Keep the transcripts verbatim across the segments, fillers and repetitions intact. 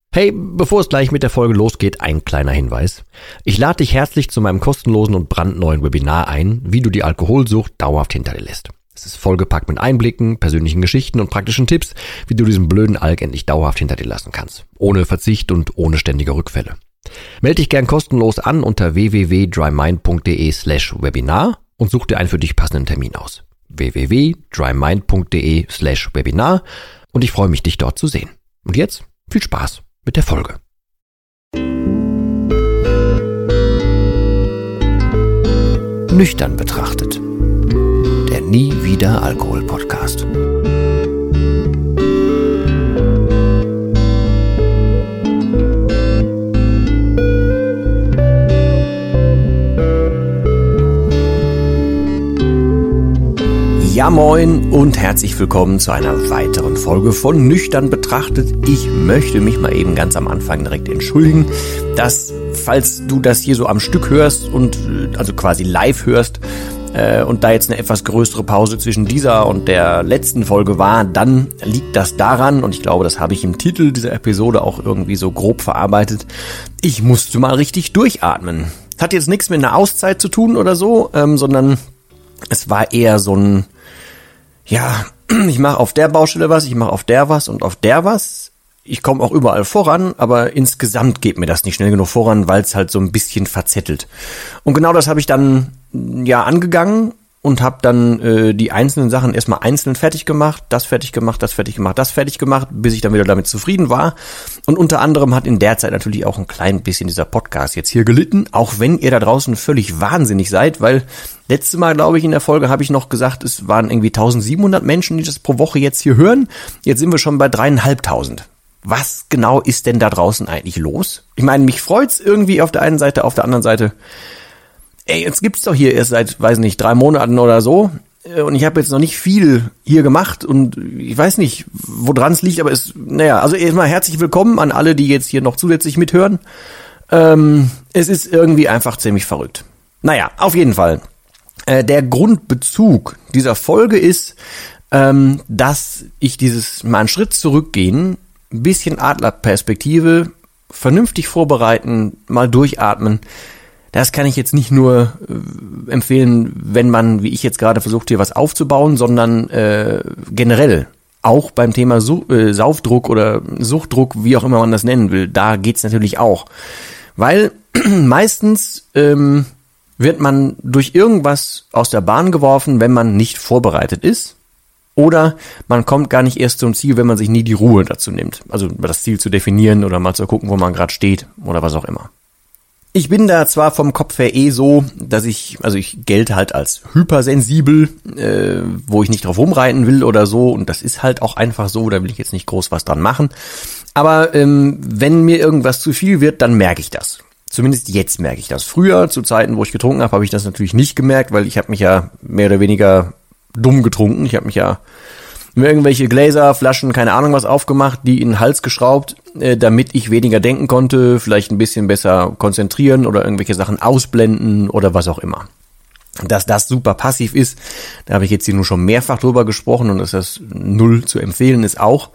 Hey, bevor es gleich mit der Folge losgeht, ein kleiner Hinweis. Ich lade dich herzlich zu meinem kostenlosen und brandneuen Webinar ein, wie du die Alkoholsucht dauerhaft hinter dir lässt. Es ist vollgepackt mit Einblicken, persönlichen Geschichten und praktischen Tipps, wie du diesen blöden Alk endlich dauerhaft hinter dir lassen kannst. Ohne Verzicht und ohne ständige Rückfälle. Melde dich gern kostenlos an unter w w w punkt drymind.de slash webinar und such dir einen für dich passenden Termin aus. w w w punkt drymind.de slash webinar und ich freue mich, dich dort zu sehen. Und jetzt viel Spaß mit der Folge. Nüchtern betrachtet. Der Nie wieder Alkohol Podcast. Ja moin und herzlich willkommen zu einer weiteren Folge von Nüchtern betrachtet. Ich möchte mich mal eben ganz am Anfang direkt entschuldigen, dass, falls du das hier so am Stück hörst und also quasi live hörst äh, und da jetzt eine etwas größere Pause zwischen dieser und der letzten Folge war, dann liegt das daran, und ich glaube, das habe ich im Titel dieser Episode auch irgendwie so grob verarbeitet, ich musste mal richtig durchatmen. Hat jetzt nichts mit einer Auszeit zu tun oder so, ähm, sondern es war eher so ein Ja, ich mache auf der Baustelle was, ich mache auf der was und auf der was. Ich komme auch überall voran, aber insgesamt geht mir das nicht schnell genug voran, weil es halt so ein bisschen verzettelt. Und genau das habe ich dann ja angegangen und habe dann äh, die einzelnen Sachen erstmal einzeln fertig gemacht, das fertig gemacht, das fertig gemacht, das fertig gemacht, bis ich dann wieder damit zufrieden war. Und unter anderem hat in der Zeit natürlich auch ein klein bisschen dieser Podcast jetzt hier gelitten, auch wenn ihr da draußen völlig wahnsinnig seid, weil letztes Mal, glaube ich, in der Folge habe ich noch gesagt, es waren irgendwie eintausendsiebenhundert Menschen, die das pro Woche jetzt hier hören. Jetzt sind wir schon bei dreieinhalbtausend. Was genau ist denn da draußen eigentlich los? Ich meine, mich freut's irgendwie auf der einen Seite, auf der anderen Seite, ey, jetzt gibt's doch hier erst seit, weiß nicht, drei Monaten oder so. Und ich habe jetzt noch nicht viel hier gemacht und ich weiß nicht, woran es liegt, aber es, naja, also erstmal herzlich willkommen an alle, die jetzt hier noch zusätzlich mithören. Ähm, es ist irgendwie einfach ziemlich verrückt. Naja, auf jeden Fall. Äh, der Grundbezug dieser Folge ist, ähm, dass ich dieses mal einen Schritt zurückgehen, ein bisschen Adlerperspektive, vernünftig vorbereiten, mal durchatmen. Das kann ich jetzt nicht nur äh, empfehlen, wenn man, wie ich jetzt gerade versucht, hier was aufzubauen, sondern äh, generell auch beim Thema Su- äh, Saufdruck oder Suchtdruck, wie auch immer man das nennen will, da geht's natürlich auch. Weil meistens ähm, wird man durch irgendwas aus der Bahn geworfen, wenn man nicht vorbereitet ist. Oder man kommt gar nicht erst zum Ziel, wenn man sich nie die Ruhe dazu nimmt. Also das Ziel zu definieren oder mal zu gucken, wo man gerade steht oder was auch immer. Ich bin da zwar vom Kopf her eh so, dass ich, also ich gelte halt als hypersensibel, äh, wo ich nicht drauf rumreiten will oder so, und das ist halt auch einfach so, da will ich jetzt nicht groß was dran machen. Aber ähm, wenn mir irgendwas zu viel wird, dann merke ich das. Zumindest jetzt merke ich das. Früher, zu Zeiten, wo ich getrunken habe, habe ich das natürlich nicht gemerkt, weil ich habe mich ja mehr oder weniger dumm getrunken. Ich habe mich ja mir irgendwelche Gläser, Flaschen, keine Ahnung was aufgemacht, die in den Hals geschraubt, äh, damit ich weniger denken konnte, vielleicht ein bisschen besser konzentrieren oder irgendwelche Sachen ausblenden oder was auch immer. Dass das super passiv ist, da habe ich jetzt hier nur schon mehrfach drüber gesprochen, und dass das null zu empfehlen ist auch.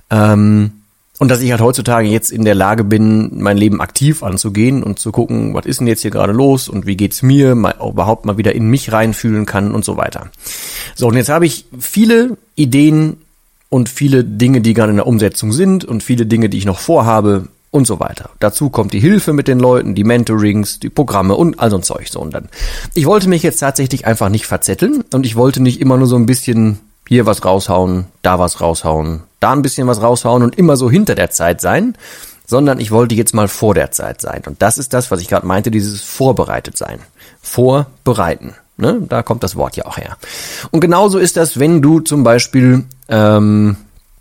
Ähm, und dass ich halt heutzutage jetzt in der Lage bin, mein Leben aktiv anzugehen und zu gucken, was ist denn jetzt hier gerade los und wie geht's mir, mal überhaupt mal wieder in mich reinfühlen kann und so weiter. So, und jetzt habe ich viele Ideen und viele Dinge, die gerade in der Umsetzung sind und viele Dinge, die ich noch vorhabe und so weiter. Dazu kommt die Hilfe mit den Leuten, die Mentorings, die Programme und all so ein Zeug. So, und dann, ich wollte mich jetzt tatsächlich einfach nicht verzetteln und ich wollte nicht immer nur so ein bisschen hier was raushauen, da was raushauen, da ein bisschen was raushauen und immer so hinter der Zeit sein, sondern ich wollte jetzt mal vor der Zeit sein. Und das ist das, was ich gerade meinte, dieses vorbereitet sein. Vorbereiten. Ne? Da kommt das Wort ja auch her. Und genauso ist das, wenn du zum Beispiel, ähm,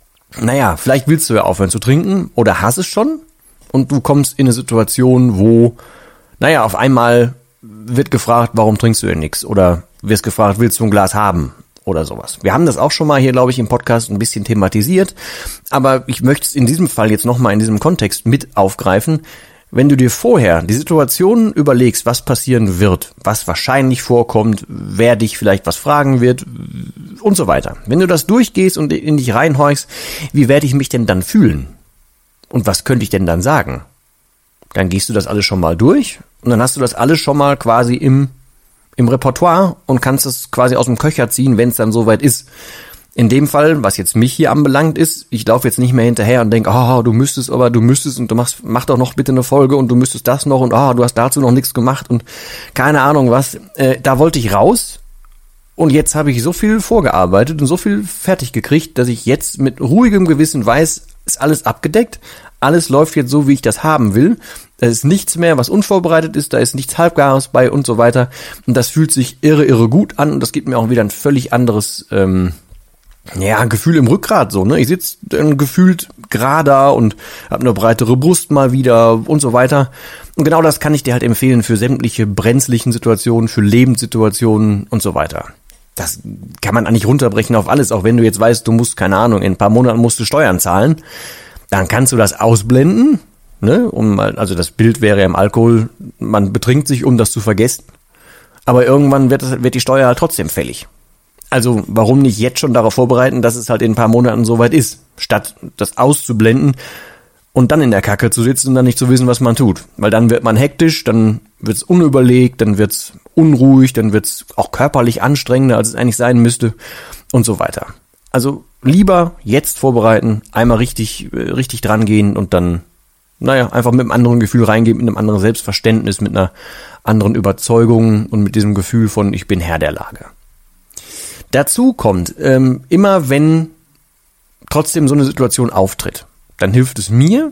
naja, vielleicht willst du ja aufhören zu trinken oder hast es schon und du kommst in eine Situation, wo, naja, auf einmal wird gefragt, warum trinkst du denn nichts? Oder wirst gefragt, willst du ein Glas haben? Oder sowas. Wir haben das auch schon mal hier, glaube ich, im Podcast ein bisschen thematisiert, aber ich möchte es in diesem Fall jetzt nochmal in diesem Kontext mit aufgreifen. Wenn du dir vorher die Situation überlegst, was passieren wird, was wahrscheinlich vorkommt, wer dich vielleicht was fragen wird und so weiter. Wenn du das durchgehst und in dich reinhorchst, wie werde ich mich denn dann fühlen? Und was könnte ich denn dann sagen? Dann gehst du das alles schon mal durch und dann hast du das alles schon mal quasi im, im Repertoire und kannst es quasi aus dem Köcher ziehen, wenn es dann soweit ist. In dem Fall, was jetzt mich hier anbelangt ist, ich laufe jetzt nicht mehr hinterher und denke, oh, du müsstest, aber du müsstest und du machst, mach doch noch bitte eine Folge und du müsstest das noch und oh, du hast dazu noch nichts gemacht und keine Ahnung was. Äh, da wollte ich raus und jetzt habe ich so viel vorgearbeitet und so viel fertig gekriegt, dass ich jetzt mit ruhigem Gewissen weiß, ist alles abgedeckt, alles läuft jetzt so, wie ich das haben will. Da ist nichts mehr, was unvorbereitet ist, da ist nichts Halbgares bei und so weiter. Und das fühlt sich irre, irre gut an und das gibt mir auch wieder ein völlig anderes ähm, ja, ein Gefühl im Rückgrat so, ne? Ich sitze dann gefühlt gerader und habe eine breitere Brust mal wieder und so weiter. Und genau das kann ich dir halt empfehlen für sämtliche brenzlichen Situationen, für Lebenssituationen und so weiter. Das kann man eigentlich runterbrechen auf alles, auch wenn du jetzt weißt, du musst, keine Ahnung, in ein paar Monaten musst du Steuern zahlen, dann kannst du das ausblenden, ne? Um, also das Bild wäre ja im Alkohol, man betrinkt sich, um das zu vergessen, aber irgendwann wird, das, wird die Steuer halt trotzdem fällig. Also warum nicht jetzt schon darauf vorbereiten, dass es halt in ein paar Monaten soweit ist, statt das auszublenden und dann in der Kacke zu sitzen und dann nicht zu wissen, was man tut. Weil dann wird man hektisch, dann wird's unüberlegt, dann wird's unruhig, dann wird's auch körperlich anstrengender, als es eigentlich sein müsste und so weiter. Also lieber jetzt vorbereiten, einmal richtig richtig dran gehen und dann, naja, einfach mit einem anderen Gefühl reingehen, mit einem anderen Selbstverständnis, mit einer anderen Überzeugung und mit diesem Gefühl von, ich bin Herr der Lage. Dazu kommt, ähm, immer wenn trotzdem so eine Situation auftritt, dann hilft es mir,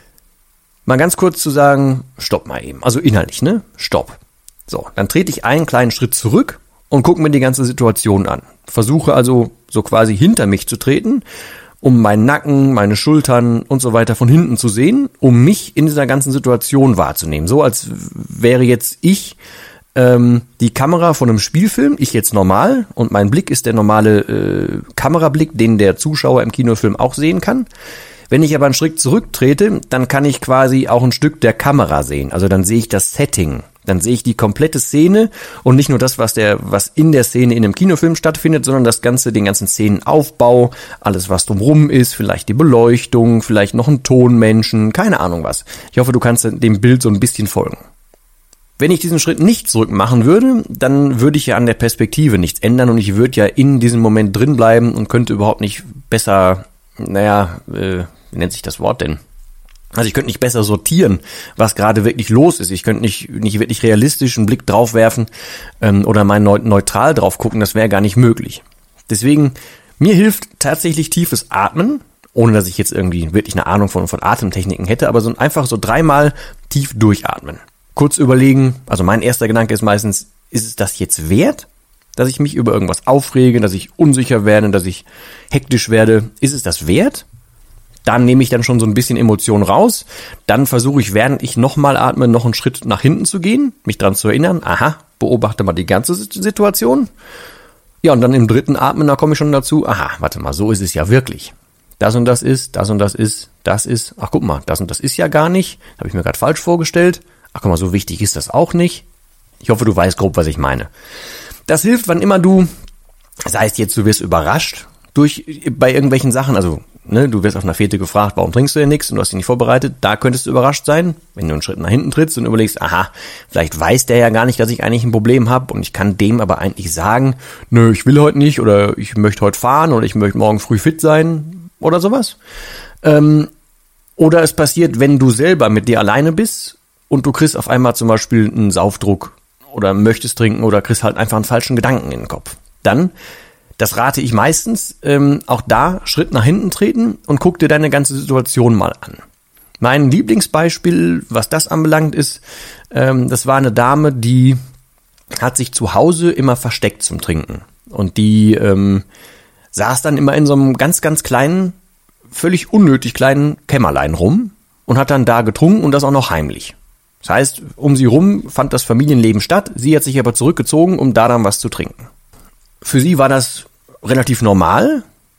mal ganz kurz zu sagen, stopp mal eben. Also inhaltlich, ne? Stopp. So, dann trete ich einen kleinen Schritt zurück und gucke mir die ganze Situation an. Versuche also so quasi hinter mich zu treten, um meinen Nacken, meine Schultern und so weiter von hinten zu sehen, um mich in dieser ganzen Situation wahrzunehmen. So als wäre jetzt ich ähm, die Kamera von einem Spielfilm, ich jetzt normal und mein Blick ist der normale äh, Kamerablick, den der Zuschauer im Kinofilm auch sehen kann. Wenn ich aber einen Schritt zurücktrete, dann kann ich quasi auch ein Stück der Kamera sehen. Also dann sehe ich das Setting, dann sehe ich die komplette Szene und nicht nur das, was der, was in der Szene in einem Kinofilm stattfindet, sondern das Ganze, den ganzen Szenenaufbau, alles was drumrum ist, vielleicht die Beleuchtung, vielleicht noch ein Tonmenschen, keine Ahnung was. Ich hoffe, du kannst dem Bild so ein bisschen folgen. Wenn ich diesen Schritt nicht zurück machen würde, dann würde ich ja an der Perspektive nichts ändern und ich würde ja in diesem Moment drin bleiben und könnte überhaupt nicht besser, naja, äh, wie nennt sich das Wort denn? Also ich könnte nicht besser sortieren, was gerade wirklich los ist. Ich könnte nicht nicht wirklich realistisch einen Blick drauf werfen ähm, oder mal neutral drauf gucken. Das wäre gar nicht möglich. Deswegen, mir hilft tatsächlich tiefes Atmen, ohne dass ich jetzt irgendwie wirklich eine Ahnung von, von Atemtechniken hätte, aber so einfach so dreimal tief durchatmen. Kurz überlegen, also mein erster Gedanke ist meistens, ist es das jetzt wert, dass ich mich über irgendwas aufrege, dass ich unsicher werde, dass ich hektisch werde? Ist es das wert? Dann nehme ich dann schon so ein bisschen Emotion raus. Dann versuche ich, während ich nochmal atme, noch einen Schritt nach hinten zu gehen, mich dran zu erinnern. Aha, beobachte mal die ganze Situation. Ja, und dann im dritten Atmen, da komme ich schon dazu. Aha, warte mal, so ist es ja wirklich. Das und das ist, das und das ist, das ist. Ach, guck mal, das und das ist ja gar nicht. Habe ich mir gerade falsch vorgestellt. Ach, guck mal, so wichtig ist das auch nicht. Ich hoffe, du weißt grob, was ich meine. Das hilft, wann immer du, das heißt jetzt, du wirst überrascht durch bei irgendwelchen Sachen, also ne, du wirst auf einer Fete gefragt, warum trinkst du denn nichts und du hast dich nicht vorbereitet, da könntest du überrascht sein, wenn du einen Schritt nach hinten trittst und überlegst, aha, vielleicht weiß der ja gar nicht, dass ich eigentlich ein Problem habe und ich kann dem aber eigentlich sagen, nö, ich will heute nicht oder ich möchte heute fahren oder ich möchte morgen früh fit sein oder sowas. Ähm, oder es passiert, wenn du selber mit dir alleine bist und du kriegst auf einmal zum Beispiel einen Saufdruck oder möchtest trinken oder kriegst halt einfach einen falschen Gedanken in den Kopf. Dann, das rate ich meistens, ähm, auch da Schritt nach hinten treten und guck dir deine ganze Situation mal an. Mein Lieblingsbeispiel, was das anbelangt, ist, ähm, das war eine Dame, die hat sich zu Hause immer versteckt zum Trinken. Und die ähm, saß dann immer in so einem ganz, ganz kleinen, völlig unnötig kleinen Kämmerlein rum und hat dann da getrunken und das auch noch heimlich. Das heißt, um sie rum fand das Familienleben statt, sie hat sich aber zurückgezogen, um da dann was zu trinken. Für sie war das relativ normal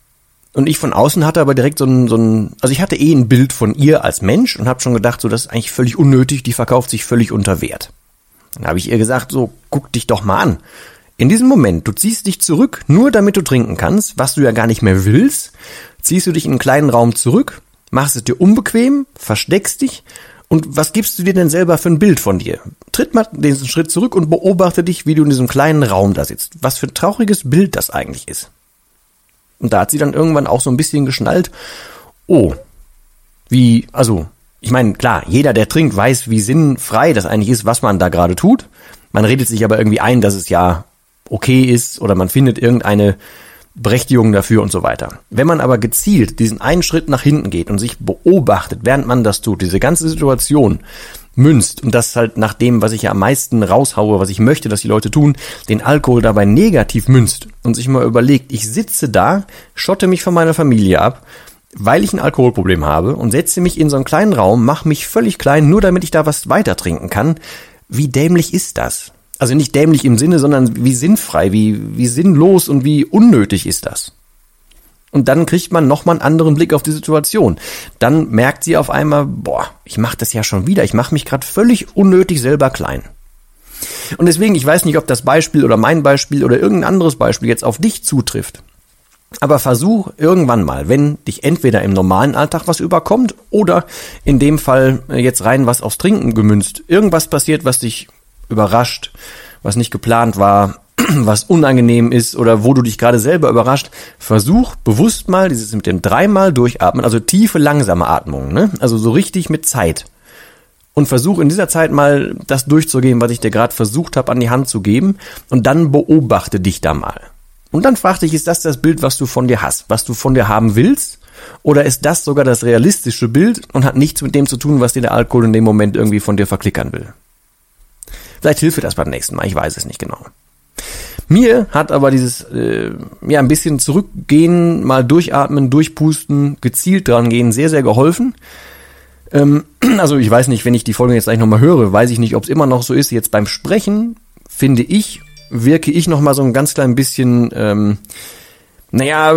und ich von außen hatte aber direkt so ein, so ein, also ich hatte eh ein Bild von ihr als Mensch und habe schon gedacht, so das ist eigentlich völlig unnötig, die verkauft sich völlig unter Wert. Dann habe ich ihr gesagt, so guck dich doch mal an. In diesem Moment, du ziehst dich zurück, nur damit du trinken kannst, was du ja gar nicht mehr willst, ziehst du dich in einen kleinen Raum zurück, machst es dir unbequem, versteckst dich. Und was gibst du dir denn selber für ein Bild von dir? Tritt mal diesen Schritt zurück und beobachte dich, wie du in diesem kleinen Raum da sitzt. Was für ein trauriges Bild das eigentlich ist. Und da hat sie dann irgendwann auch so ein bisschen geschnallt, oh, wie, also, ich meine, klar, jeder, der trinkt, weiß, wie sinnfrei das eigentlich ist, was man da gerade tut. Man redet sich aber irgendwie ein, dass es ja okay ist oder man findet irgendeine Berechtigung dafür und so weiter. Wenn man aber gezielt diesen einen Schritt nach hinten geht und sich beobachtet, während man das tut, diese ganze Situation münzt und das halt nach dem, was ich ja am meisten raushaue, was ich möchte, dass die Leute tun, den Alkohol dabei negativ münzt und sich mal überlegt, ich sitze da, schotte mich von meiner Familie ab, weil ich ein Alkoholproblem habe und setze mich in so einen kleinen Raum, mache mich völlig klein, nur damit ich da was weiter trinken kann. Wie dämlich ist das? Also nicht dämlich im Sinne, sondern wie sinnfrei, wie, wie sinnlos und wie unnötig ist das? Und dann kriegt man nochmal einen anderen Blick auf die Situation. Dann merkt sie auf einmal, boah, ich mache das ja schon wieder, ich mache mich gerade völlig unnötig selber klein. Und deswegen, ich weiß nicht, ob das Beispiel oder mein Beispiel oder irgendein anderes Beispiel jetzt auf dich zutrifft. Aber versuch irgendwann mal, wenn dich entweder im normalen Alltag was überkommt oder in dem Fall jetzt rein was aufs Trinken gemünzt, irgendwas passiert, was dich überrascht, was nicht geplant war, was unangenehm ist oder wo du dich gerade selber überrascht, versuch bewusst mal dieses mit dem dreimal durchatmen, also tiefe, langsame Atmung, ne? Also so richtig mit Zeit. Und versuch in dieser Zeit mal das durchzugehen, was ich dir gerade versucht habe an die Hand zu geben und dann beobachte dich da mal. Und dann frag dich, ist das das Bild, was du von dir hast, was du von dir haben willst? Oder ist das sogar das realistische Bild und hat nichts mit dem zu tun, was dir der Alkohol in dem Moment irgendwie von dir verklickern will? Vielleicht hilft dir das beim nächsten Mal, ich weiß es nicht genau. Mir hat aber dieses, äh, ja, ein bisschen zurückgehen, mal durchatmen, durchpusten, gezielt dran gehen, sehr, sehr geholfen. Ähm, also ich weiß nicht, wenn ich die Folge jetzt gleich nochmal höre, weiß ich nicht, ob es immer noch so ist. Jetzt beim Sprechen, finde ich, wirke ich nochmal so ein ganz klein bisschen, ähm, naja,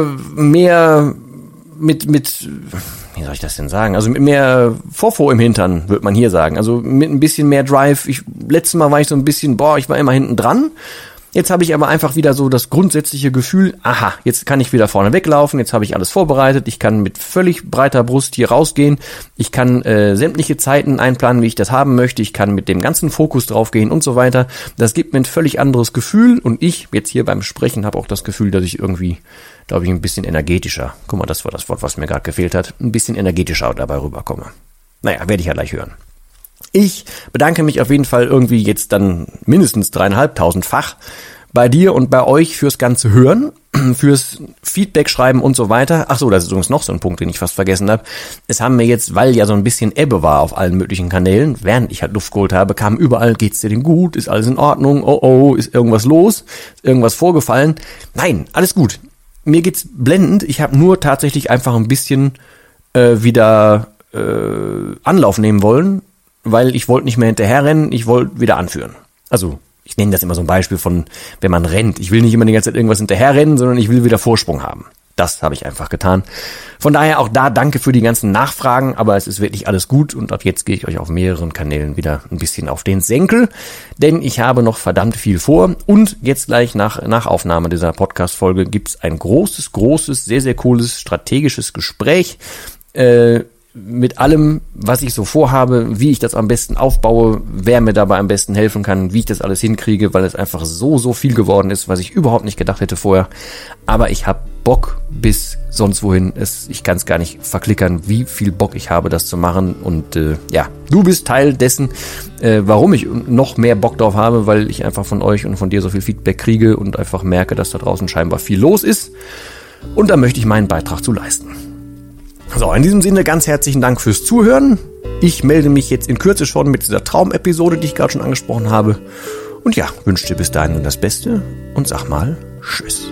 mehr mit, mit, wie soll ich das denn sagen? Also mit mehr Fofo im Hintern, würde man hier sagen. Also mit ein bisschen mehr Drive. Ich, letztes Mal war ich so ein bisschen, boah, ich war immer hinten dran. Jetzt habe ich aber einfach wieder so das grundsätzliche Gefühl, aha, jetzt kann ich wieder vorne weglaufen, jetzt habe ich alles vorbereitet, ich kann mit völlig breiter Brust hier rausgehen, ich kann äh, sämtliche Zeiten einplanen, wie ich das haben möchte, ich kann mit dem ganzen Fokus draufgehen und so weiter. Das gibt mir ein völlig anderes Gefühl und ich jetzt hier beim Sprechen habe auch das Gefühl, dass ich irgendwie, glaube ich, ein bisschen energetischer, guck mal, das war das Wort, was mir gerade gefehlt hat, ein bisschen energetischer dabei rüberkomme. Naja, werde ich ja gleich hören. Ich bedanke mich auf jeden Fall irgendwie jetzt dann mindestens dreieinhalbtausendfach bei dir und bei euch fürs ganze Hören, fürs Feedback schreiben und so weiter. Ach so, das ist übrigens noch so ein Punkt, den ich fast vergessen habe. Es haben mir jetzt, weil ja so ein bisschen Ebbe war auf allen möglichen Kanälen, während ich halt Luft geholt habe, kam überall, geht's dir denn gut, ist alles in Ordnung, oh oh, ist irgendwas los, ist irgendwas vorgefallen. Nein, alles gut. Mir geht's blendend, ich habe nur tatsächlich einfach ein bisschen äh, wieder äh, Anlauf nehmen wollen, weil ich wollte nicht mehr hinterherrennen, ich wollte wieder anführen. Also, ich nenne das immer so ein Beispiel von, wenn man rennt. Ich will nicht immer die ganze Zeit irgendwas hinterherrennen, sondern ich will wieder Vorsprung haben. Das habe ich einfach getan. Von daher auch da danke für die ganzen Nachfragen, aber es ist wirklich alles gut und ab jetzt gehe ich euch auf mehreren Kanälen wieder ein bisschen auf den Senkel, denn ich habe noch verdammt viel vor und jetzt gleich nach, nach Aufnahme dieser Podcast-Folge gibt's ein großes, großes, sehr, sehr cooles strategisches Gespräch, äh, mit allem, was ich so vorhabe, wie ich das am besten aufbaue, wer mir dabei am besten helfen kann, wie ich das alles hinkriege, weil es einfach so, so viel geworden ist, was ich überhaupt nicht gedacht hätte vorher. Aber ich habe Bock bis sonst wohin. Es, ich kann es gar nicht verklickern, wie viel Bock ich habe, das zu machen. Und äh, ja, du bist Teil dessen, äh, warum ich noch mehr Bock drauf habe, weil ich einfach von euch und von dir so viel Feedback kriege und einfach merke, dass da draußen scheinbar viel los ist. Und da möchte ich meinen Beitrag zu leisten. So, in diesem Sinne ganz herzlichen Dank fürs Zuhören. Ich melde mich jetzt in Kürze schon mit dieser Traumepisode, die ich gerade schon angesprochen habe. Und ja, wünsche dir bis dahin nur das Beste und sag mal Tschüss.